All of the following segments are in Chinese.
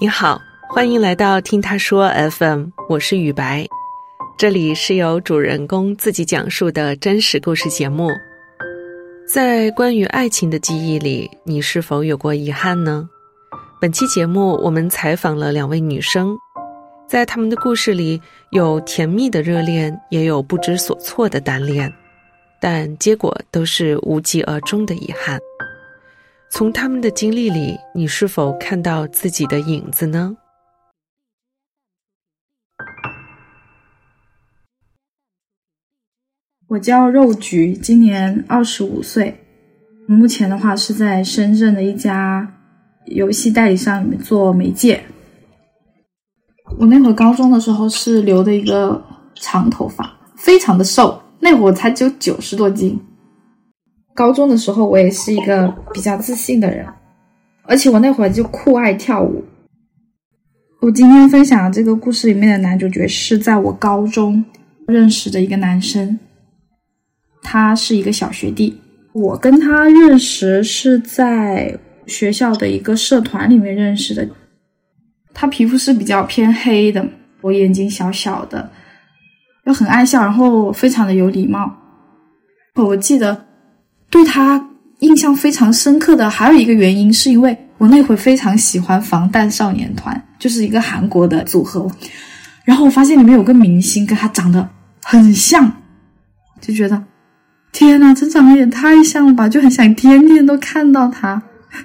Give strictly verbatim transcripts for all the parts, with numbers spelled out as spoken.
你好，欢迎来到听他说 F M， 我是雨白，这里是由主人公自己讲述的真实故事节目。在关于爱情的记忆里，你是否有过遗憾呢？本期节目我们采访了两位女生，在她们的故事里有甜蜜的热恋，也有不知所措的单恋，但结果都是无疾而终的遗憾。从他们的经历里，你是否看到自己的影子呢？ 我叫肉菊，今年二十五岁，目前的话是在深圳的一家游戏代理商里面做媒介。我那会儿高中的时候是留的一个长头发，非常的瘦，那会儿我才只有九十多斤。高中的时候我也是一个比较自信的人，而且我那会儿就酷爱跳舞。我今天分享的这个故事里面的男主角是在我高中认识的一个男生，他是一个小学弟。我跟他认识是在学校的一个社团里面认识的。他皮肤是比较偏黑的，我眼睛小小的，又很爱笑，然后非常的有礼貌。我记得对他印象非常深刻的还有一个原因，是因为我那会非常喜欢防弹少年团，就是一个韩国的组合，然后我发现里面有个明星跟他长得很像，就觉得天哪，这长得也太像了吧，就很想天天都看到他。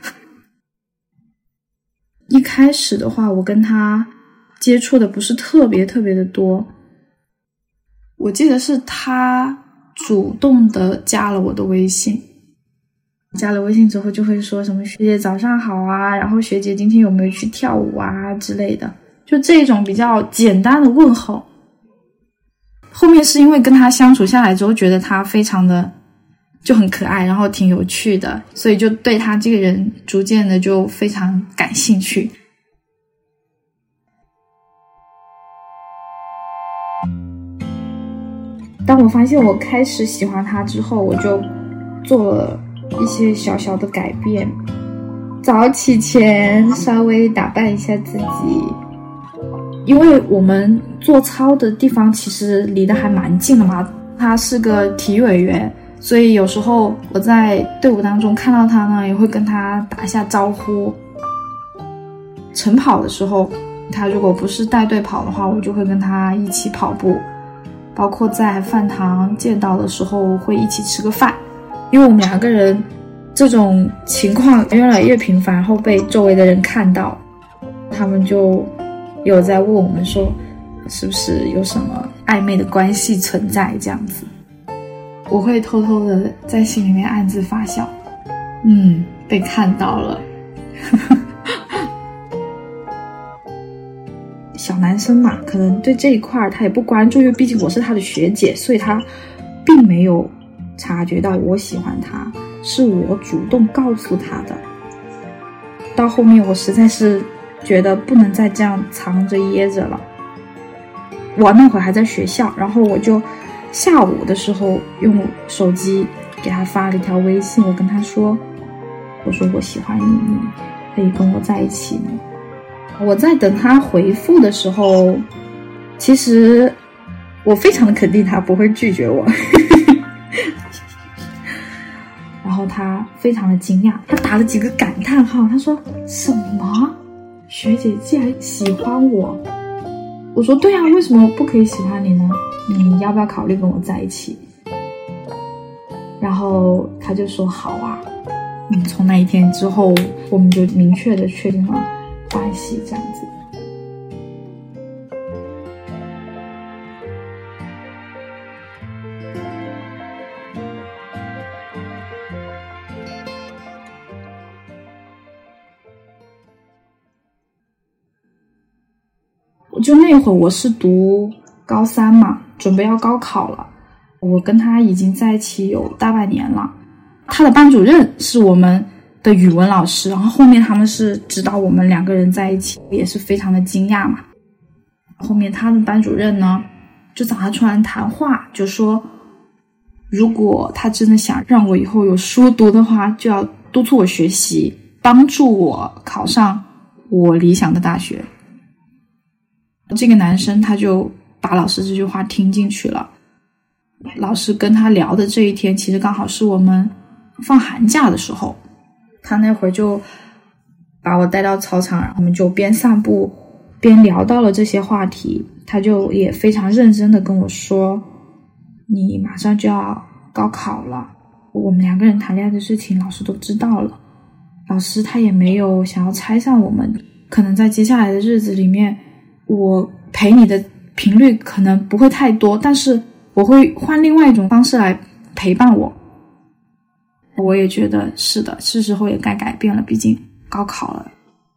一开始的话，我跟他接触的不是特别特别的多，我记得是他主动的加了我的微信，加了微信之后就会说什么学姐早上好啊，然后学姐今天有没有去跳舞啊之类的，就这种比较简单的问候。后面是因为跟他相处下来之后，觉得他非常的就很可爱，然后挺有趣的，所以就对他这个人逐渐的就非常感兴趣。当我发现我开始喜欢他之后，我就做了一些小小的改变，早起前稍微打扮一下自己，因为我们做操的地方其实离得还蛮近的嘛，他是个体育委员，所以有时候我在队伍当中看到他呢，也会跟他打一下招呼。晨跑的时候，他如果不是带队跑的话，我就会跟他一起跑步，包括在饭堂见到的时候会一起吃个饭。因为我们两个人这种情况越来越频繁，然后被周围的人看到，他们就有在问我们说是不是有什么暧昧的关系存在这样子。我会偷偷的在心里面暗自发笑，嗯，被看到了。小男生嘛，可能对这一块他也不关注，因为毕竟我是他的学姐，所以他并没有察觉到我喜欢他，是我主动告诉他的。到后面我实在是觉得不能再这样藏着掖着了。我那会儿还在学校，然后我就下午的时候用手机给他发了一条微信，我跟他说，我说我喜欢你，你可以跟我在一起吗？我在等他回复的时候，其实我非常的肯定他不会拒绝我。然后他非常的惊讶，他打了几个感叹号，他说什么？学姐竟然喜欢我？我说对啊，为什么不可以喜欢你呢？你要不要考虑跟我在一起？然后他就说好啊。嗯，从那一天之后，我们就明确的确定了关系这样子。就那会儿我是读高三嘛，准备要高考了，我跟他已经在一起有大半年了。他的班主任是我们的语文老师，然后后面他们是知道我们两个人在一起，也是非常的惊讶嘛。后面他的班主任呢就找他出来谈话，就说如果他真的想让我以后有书读的话，就要督促我学习，帮助我考上我理想的大学。这个男生他就把老师这句话听进去了。老师跟他聊的这一天，其实刚好是我们放寒假的时候，他那会儿就把我带到操场，然后我们就边散步边聊到了这些话题。他就也非常认真的跟我说，你马上就要高考了，我们两个人谈恋爱的事情老师都知道了，老师他也没有想要拆散我们，可能在接下来的日子里面，我陪你的频率可能不会太多，但是我会换另外一种方式来陪伴我。我也觉得是的，是时候也该改变了，毕竟高考了。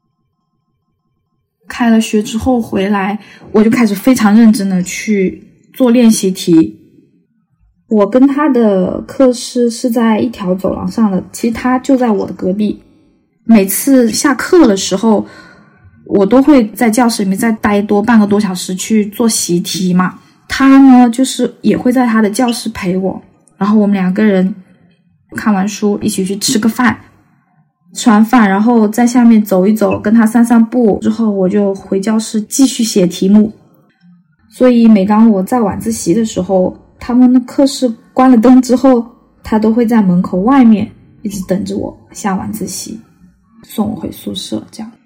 开了学之后回来，我就开始非常认真的去做练习题。我跟他的课室是在一条走廊上的，其实他就在我的隔壁。每次下课的时候，我都会在教室里面再待多半个多小时去做习题嘛。他呢，就是也会在他的教室陪我，然后我们两个人看完书一起去吃个饭，吃完饭然后在下面走一走，跟他散散步之后，我就回教室继续写题目。所以每当我在晚自习的时候，他们的课室关了灯之后，他都会在门口外面一直等着我下晚自习，送我回宿舍。这样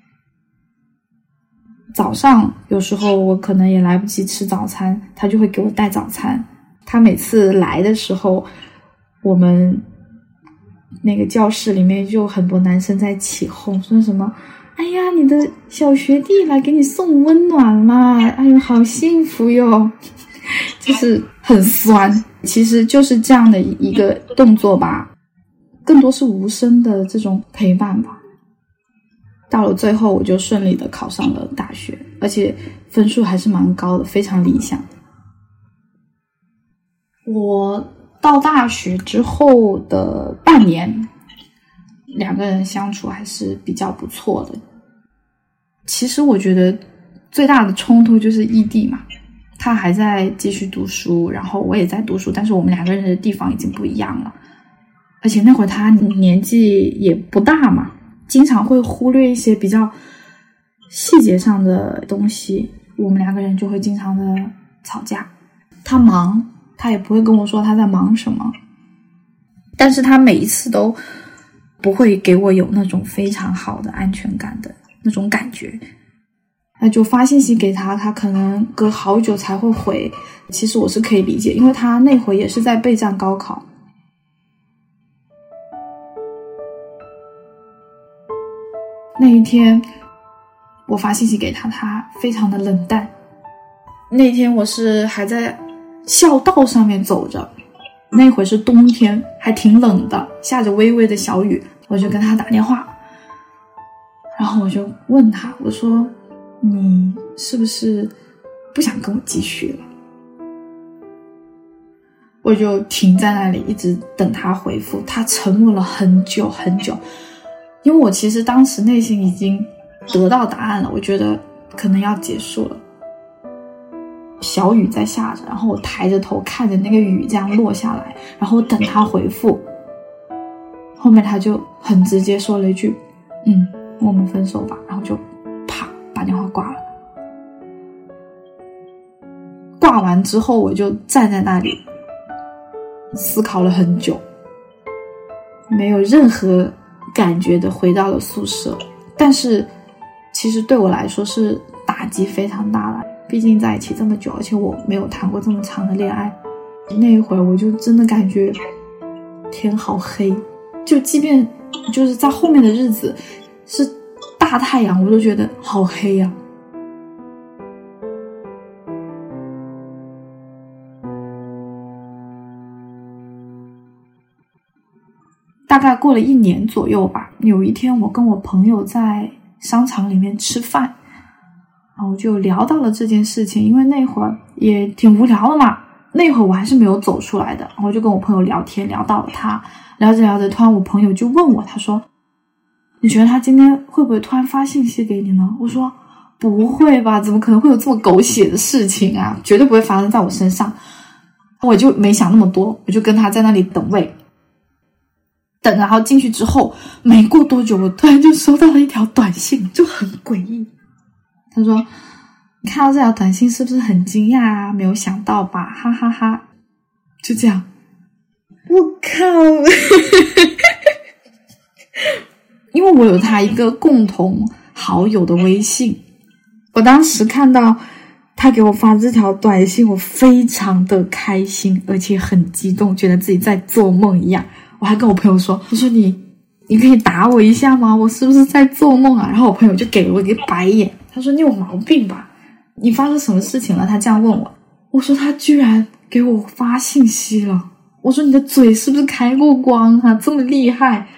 早上有时候我可能也来不及吃早餐，他就会给我带早餐。他每次来的时候，我们那个教室里面就很多男生在起哄，说什么哎呀你的小学弟来给你送温暖啦，哎呦好幸福哟，就是很酸。其实就是这样的一个动作吧，更多是无声的这种陪伴吧。到了最后我就顺利的考上了大学，而且分数还是蛮高的，非常理想。我到大学之后的半年，两个人相处还是比较不错的。其实我觉得最大的冲突就是异地嘛，他还在继续读书，然后我也在读书，但是我们两个人的地方已经不一样了。而且那会儿他年纪也不大嘛，经常会忽略一些比较细节上的东西，我们两个人就会经常的吵架。他忙，他也不会跟我说他在忙什么，但是他每一次都不会给我有那种非常好的安全感的那种感觉。那就发信息给他，他可能隔好久才会回，其实我是可以理解，因为他那会也是在备战高考。那一天我发信息给他，他非常的冷淡。那天我是还在校道上面走着，那会是冬天，还挺冷的，下着微微的小雨。我就跟他打电话，然后我就问他，我说你是不是不想跟我继续了？我就停在那里一直等他回复。他沉默了很久很久，因为我其实当时内心已经得到答案了，我觉得可能要结束了。小雨在下着，然后我抬着头看着那个雨这样落下来，然后等他回复。后面他就很直接说了一句嗯，我们分手吧，然后就啪把电话挂了。挂完之后我就站在那里思考了很久，没有任何感觉的回到了宿舍。但是其实对我来说是打击非常大的，毕竟在一起这么久，而且我没有谈过这么长的恋爱。那一会儿我就真的感觉天好黑，就即便就是在后面的日子是大太阳，我都觉得好黑呀、啊。大概过了一年左右吧，有一天我跟我朋友在商场里面吃饭，然后就聊到了这件事情。因为那会儿也挺无聊的嘛，那会儿我还是没有走出来的，然后就跟我朋友聊天，聊到了他，聊着聊着突然我朋友就问我，他说你觉得他今天会不会突然发信息给你呢？我说不会吧，怎么可能会有这么狗血的事情啊，绝对不会发生在我身上。我就没想那么多，我就跟他在那里等位。 等然后进去之后，没过多久我突然就收到了一条短信，就很诡异。他说你看到这条短信是不是很惊讶啊？没有想到吧，哈哈哈哈。就这样，我靠因为我有他一个共同好友的微信，我当时看到他给我发这条短信，我非常的开心，而且很激动，觉得自己在做梦一样。我还跟我朋友说，我说你你可以打我一下吗？我是不是在做梦啊？然后我朋友就给了我一个白眼，他说你有毛病吧？你发生什么事情了？他这样问我。我说他居然给我发信息了。我说你的嘴是不是开过光啊？这么厉害。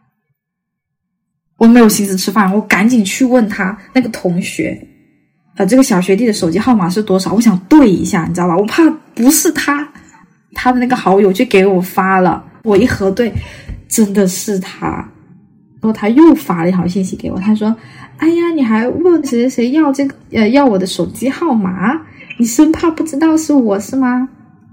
我没有心思吃饭，我赶紧去问他那个同学呃，这个小学弟的手机号码是多少，我想对一下，你知道吧，我怕不是他他的那个好友就给我发了，我一核对真的是他。然后他又发了一条信息给我，他说哎呀你还问谁谁谁要这个呃要我的手机号码，你生怕不知道是我是吗？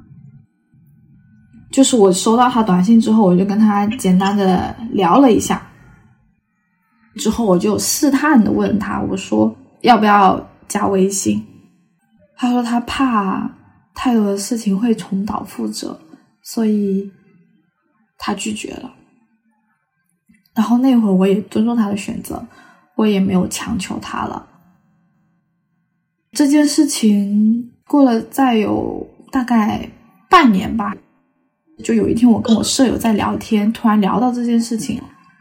就是我收到他短信之后，我就跟他简单的聊了一下，之后我就试探的问他，我说要不要加微信。他说他怕太多的事情会重蹈覆辙，所以他拒绝了。然后那会儿我也尊重他的选择，我也没有强求他了。这件事情过了再有大概半年吧，就有一天我跟我舍友在聊天，突然聊到这件事情。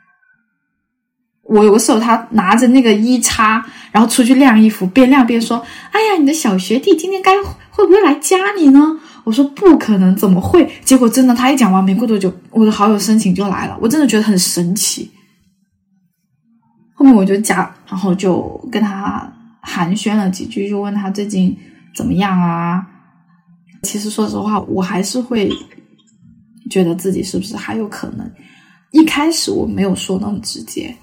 我有个舍友他拿着那个衣叉，然后出去晾衣服，边晾边说哎呀你的小学弟今天该会不会来加你呢？我说不可能，怎么会？结果真的他一讲完没过多久，我的好友申请就来了，我真的觉得很神奇。后面我就加，然后就跟他寒暄了几句，就问他最近怎么样啊。其实说实话我还是会觉得自己是不是还有可能，一开始我没有说那么直接。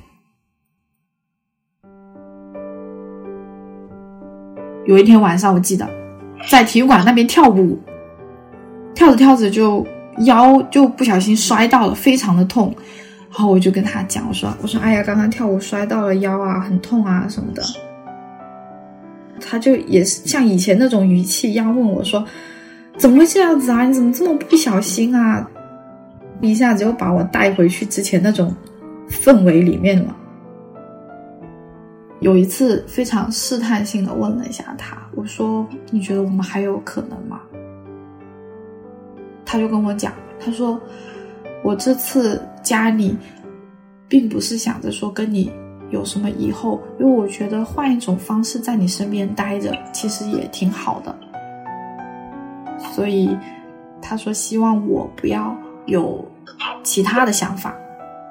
有一天晚上我记得在体育馆那边跳舞，跳着跳着就腰就不小心摔到了，非常的痛。然后我就跟他讲，我说我说哎呀刚刚跳舞摔到了腰啊，很痛啊什么的。他就也是像以前那种语气一样问我说怎么会这样子啊，你怎么这么不小心啊，一下子就把我带回去之前那种氛围里面了。有一次非常试探性的问了一下他，我说你觉得我们还有可能吗？他就跟我讲，他说我这次加你并不是想着说跟你有什么以后，因为我觉得换一种方式在你身边待着其实也挺好的，所以他说希望我不要有其他的想法。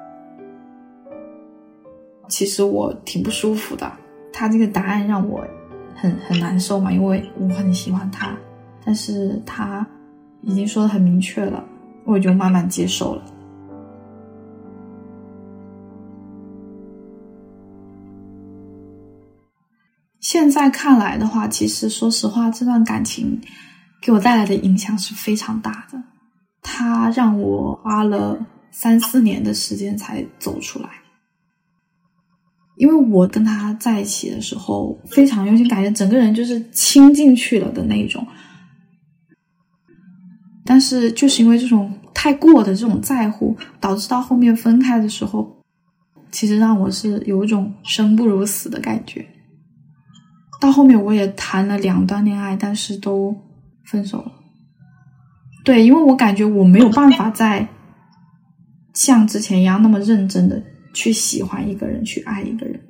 其实我挺不舒服的，他这个答案让我很很难受嘛，因为我很喜欢他，但是他已经说得很明确了，我就慢慢接受了。现在看来的话，其实说实话这段感情给我带来的影响是非常大的，他让我花了三四年的时间才走出来。因为我跟他在一起的时候非常用心，感觉整个人就是倾进去了的那种，但是就是因为这种太过的这种在乎，导致到后面分开的时候，其实让我是有一种生不如死的感觉。到后面我也谈了两段恋爱，但是都分手了。对，因为我感觉我没有办法再像之前一样那么认真的去喜欢一个人，去爱一个人。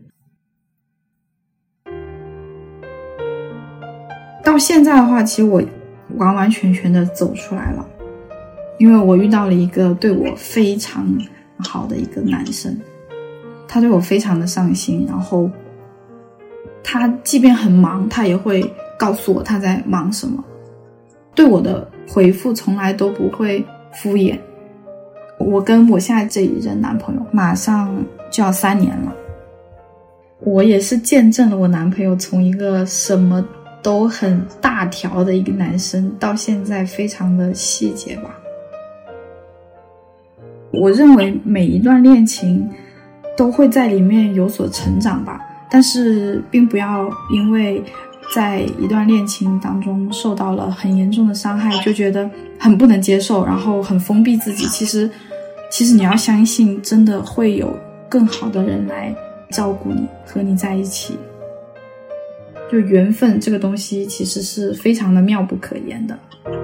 到现在的话，其实我完完全全的走出来了，因为我遇到了一个对我非常好的一个男生，他对我非常的上心，然后他即便很忙，他也会告诉我他在忙什么，对我的回复从来都不会敷衍。我跟我现在这一任男朋友马上就要三年了，我也是见证了我男朋友从一个什么都很大条的一个男生，到现在非常的细节吧。 我认为每一段恋情都会在里面有所成长吧，但是并不要因为在一段恋情当中受到了很严重的伤害就觉得很不能接受，然后很封闭自己。其实其实你要相信，真的会有更好的人来照顾你，和你在一起。就缘分这个东西其实是非常的妙不可言的。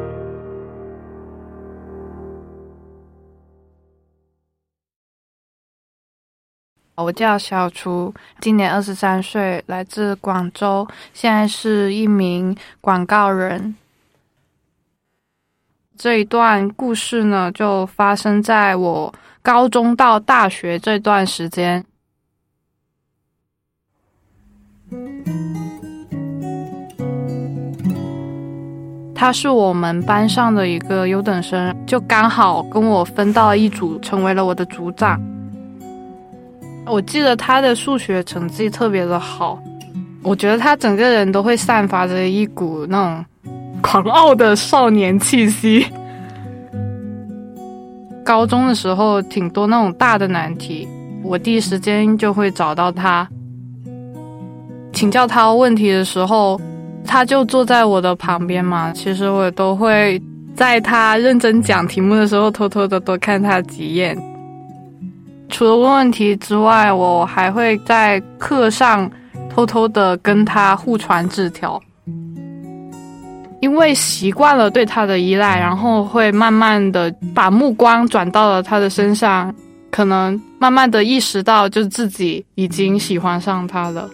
我叫小厨，今年二十三岁，来自广州，现在是一名广告人。这一段故事呢，就发生在我高中到大学这段时间。他是我们班上的一个优等生，就刚好跟我分到了一组，成为了我的组长。我记得他的数学成绩特别的好，我觉得他整个人都会散发着一股那种狂傲的少年气息。高中的时候挺多那种大的难题，我第一时间就会找到他，请教他问题的时候，他就坐在我的旁边嘛，其实我都会在他认真讲题目的时候偷偷的多看他几眼。除了问问题之外，我还会在课上偷偷的跟他互传纸条，因为习惯了对他的依赖，然后会慢慢的把目光转到了他的身上，可能慢慢的意识到就自己已经喜欢上他了。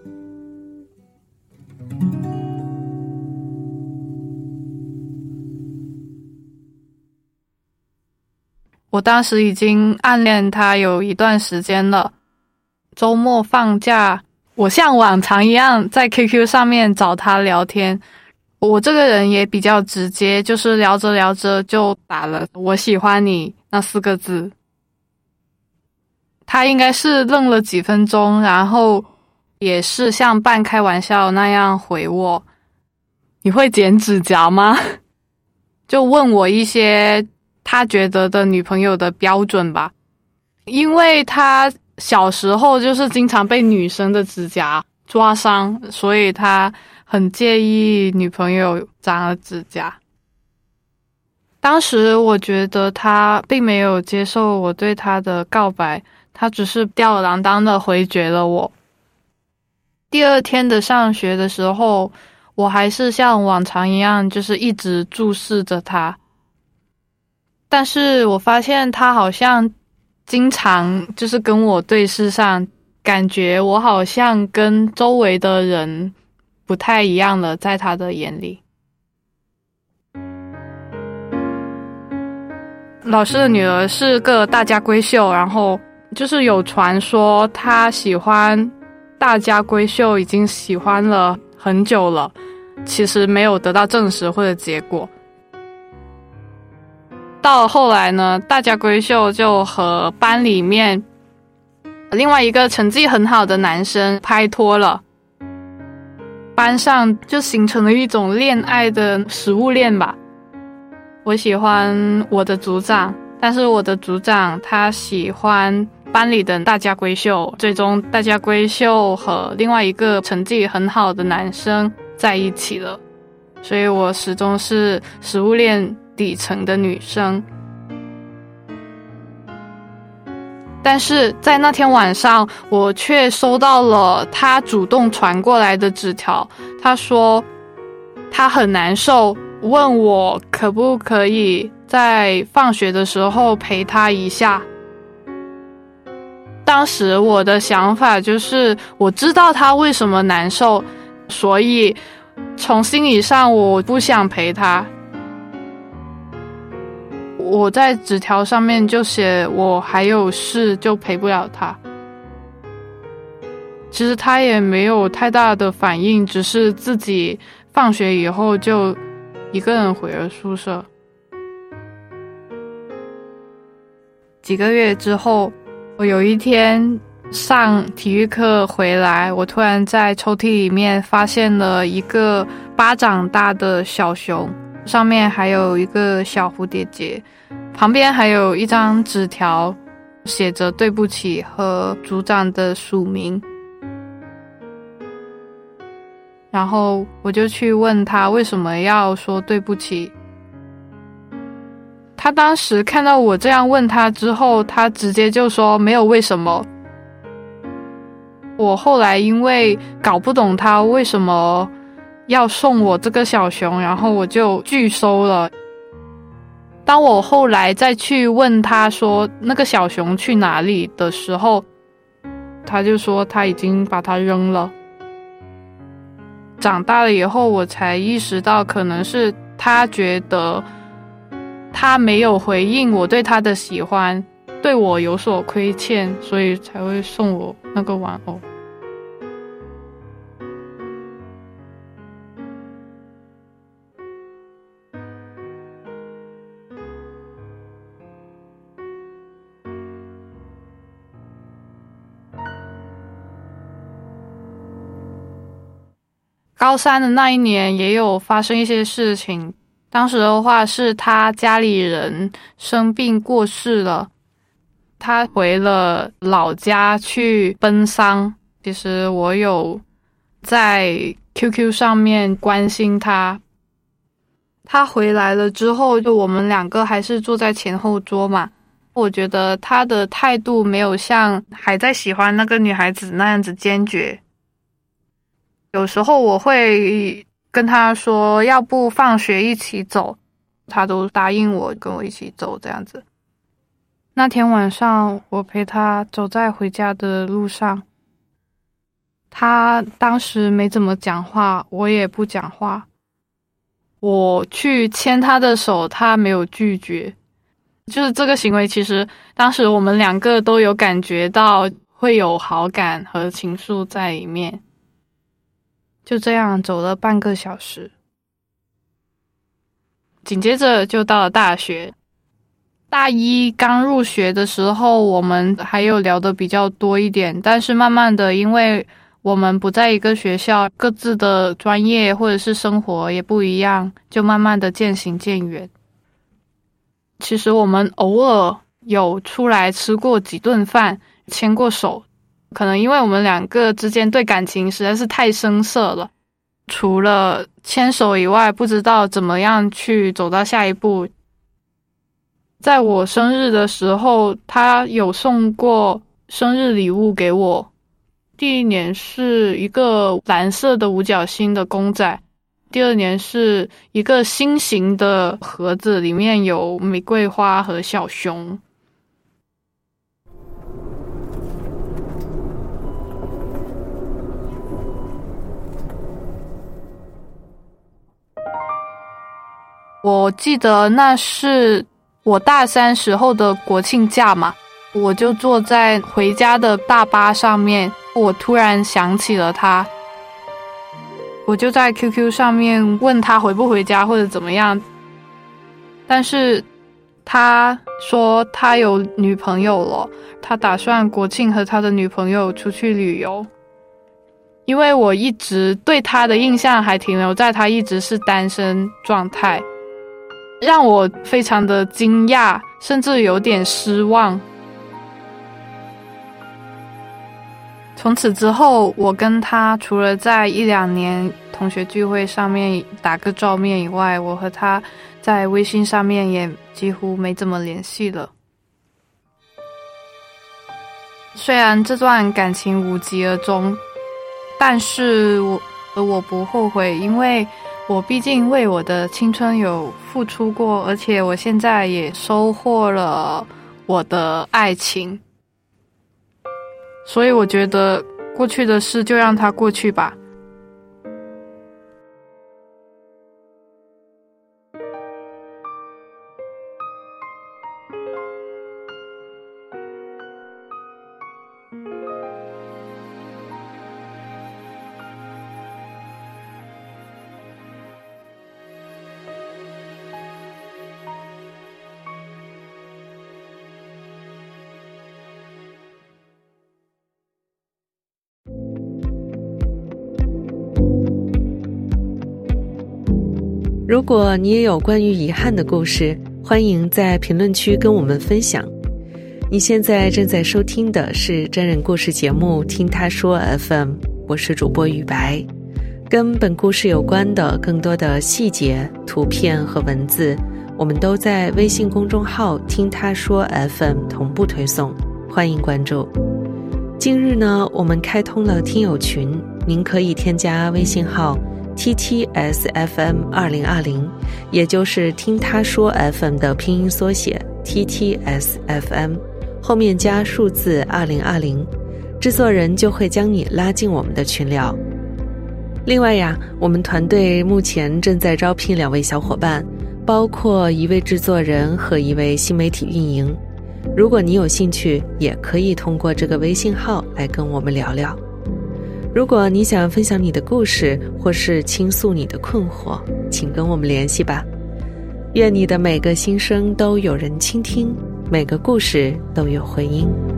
我当时已经暗恋他有一段时间了，周末放假，我像往常一样在 Q Q 上面找他聊天。我这个人也比较直接，就是聊着聊着就打了我喜欢你那四个字。他应该是愣了几分钟，然后也是像半开玩笑那样回我，你会剪指甲吗？就问我一些他觉得的女朋友的标准吧，因为他小时候就是经常被女生的指甲抓伤，所以他很介意女朋友长了指甲。当时我觉得他并没有接受我对他的告白，他只是吊儿郎当的回绝了我。第二天的上学的时候，我还是像往常一样，就是一直注视着他。但是我发现他好像经常就是跟我对视上，感觉我好像跟周围的人不太一样了，在他的眼里。老师的女儿是个大家闺秀，然后就是有传说他喜欢大家闺秀已经喜欢了很久了，其实没有得到证实或者结果。到后来呢，大家闺秀就和班里面另外一个成绩很好的男生拍拖了，班上就形成了一种恋爱的食物链吧。我喜欢我的组长，但是我的组长他喜欢班里的大家闺秀，最终大家闺秀和另外一个成绩很好的男生在一起了，所以我始终是食物链底层的女生。但是在那天晚上，我却收到了他主动传过来的纸条，他说他很难受，问我可不可以在放学的时候陪他一下。当时我的想法就是我知道他为什么难受，所以从心理上我不想陪他。我在纸条上面就写我还有事就陪不了他。其实他也没有太大的反应，只是自己放学以后就一个人回了宿舍。几个月之后，我有一天上体育课回来，我突然在抽屉里面发现了一个巴掌大的小熊， 上面还有一个小蝴蝶结，旁边还有一张纸条，写着对不起和组长的署名。然后我就去问他为什么要说对不起。他当时看到我这样问他之后，他直接就说没有为什么。我后来因为搞不懂他为什么要送我这个小熊，然后我就拒收了。当我后来再去问他说那个小熊去哪里的时候，他就说他已经把它扔了。长大了以后，我才意识到可能是他觉得他没有回应我对他的喜欢，对我有所亏欠，所以才会送我那个玩偶。高三的那一年也有发生一些事情，当时的话是他家里人生病过世了，他回了老家去奔丧。其实我有在 Q Q 上面关心他，他回来了之后，就我们两个还是坐在前后桌嘛，我觉得他的态度没有像还在喜欢那个女孩子那样子坚决。有时候我会跟他说要不放学一起走，他都答应我跟我一起走这样子。那天晚上我陪他走在回家的路上，他当时没怎么讲话，我也不讲话。我去牵他的手，他没有拒绝。就是这个行为其实当时我们两个都有感觉到会有好感和情愫在里面。就这样走了半个小时，紧接着就到了大学。大一刚入学的时候，我们还有聊得比较多一点，但是慢慢的，因为我们不在一个学校，各自的专业或者是生活也不一样，就慢慢的渐行渐远。其实我们偶尔有出来吃过几顿饭，牵过手，可能因为我们两个之间对感情实在是太生涩了，除了牵手以外，不知道怎么样去走到下一步。在我生日的时候，他有送过生日礼物给我。第一年是一个蓝色的五角星的公仔，第二年是一个心形的盒子，里面有玫瑰花和小熊。我记得那是我大三时候的国庆假嘛，我就坐在回家的大巴上面，我突然想起了他，我就在 Q Q 上面问他回不回家或者怎么样，但是他说他有女朋友了，他打算国庆和他的女朋友出去旅游。因为我一直对他的印象还停留在他一直是单身状态，让我非常的惊讶，甚至有点失望。从此之后，我跟他除了在一两年同学聚会上面打个照面以外，我和他在微信上面也几乎没怎么联系了。虽然这段感情无疾而终，但是我我不后悔，因为我毕竟为我的青春有付出过，而且我现在也收获了我的爱情，所以我觉得过去的事就让它过去吧。 如果你也有关于遗憾的故事，欢迎在评论区跟我们分享。你现在正在收听的是真人故事节目听他说 F M， 我是主播雨白。跟本故事有关的更多的细节、图片和文字，我们都在微信公众号听他说 F M 同步推送，欢迎关注。近日呢，我们开通了听友群，您可以添加微信号 T T S F M 二零二零， 也就是听他说 F M 的拼音缩写 T T S F M， 后面加数字二零二零，制作人就会将你拉进我们的群聊。另外呀，我们团队目前正在招聘两位小伙伴，包括一位制作人和一位新媒体运营。如果你有兴趣，也可以通过这个微信号来跟我们聊聊。如果你想分享你的故事，或是倾诉你的困惑，请跟我们联系吧。愿你的每个心声都有人倾听，每个故事都有回音。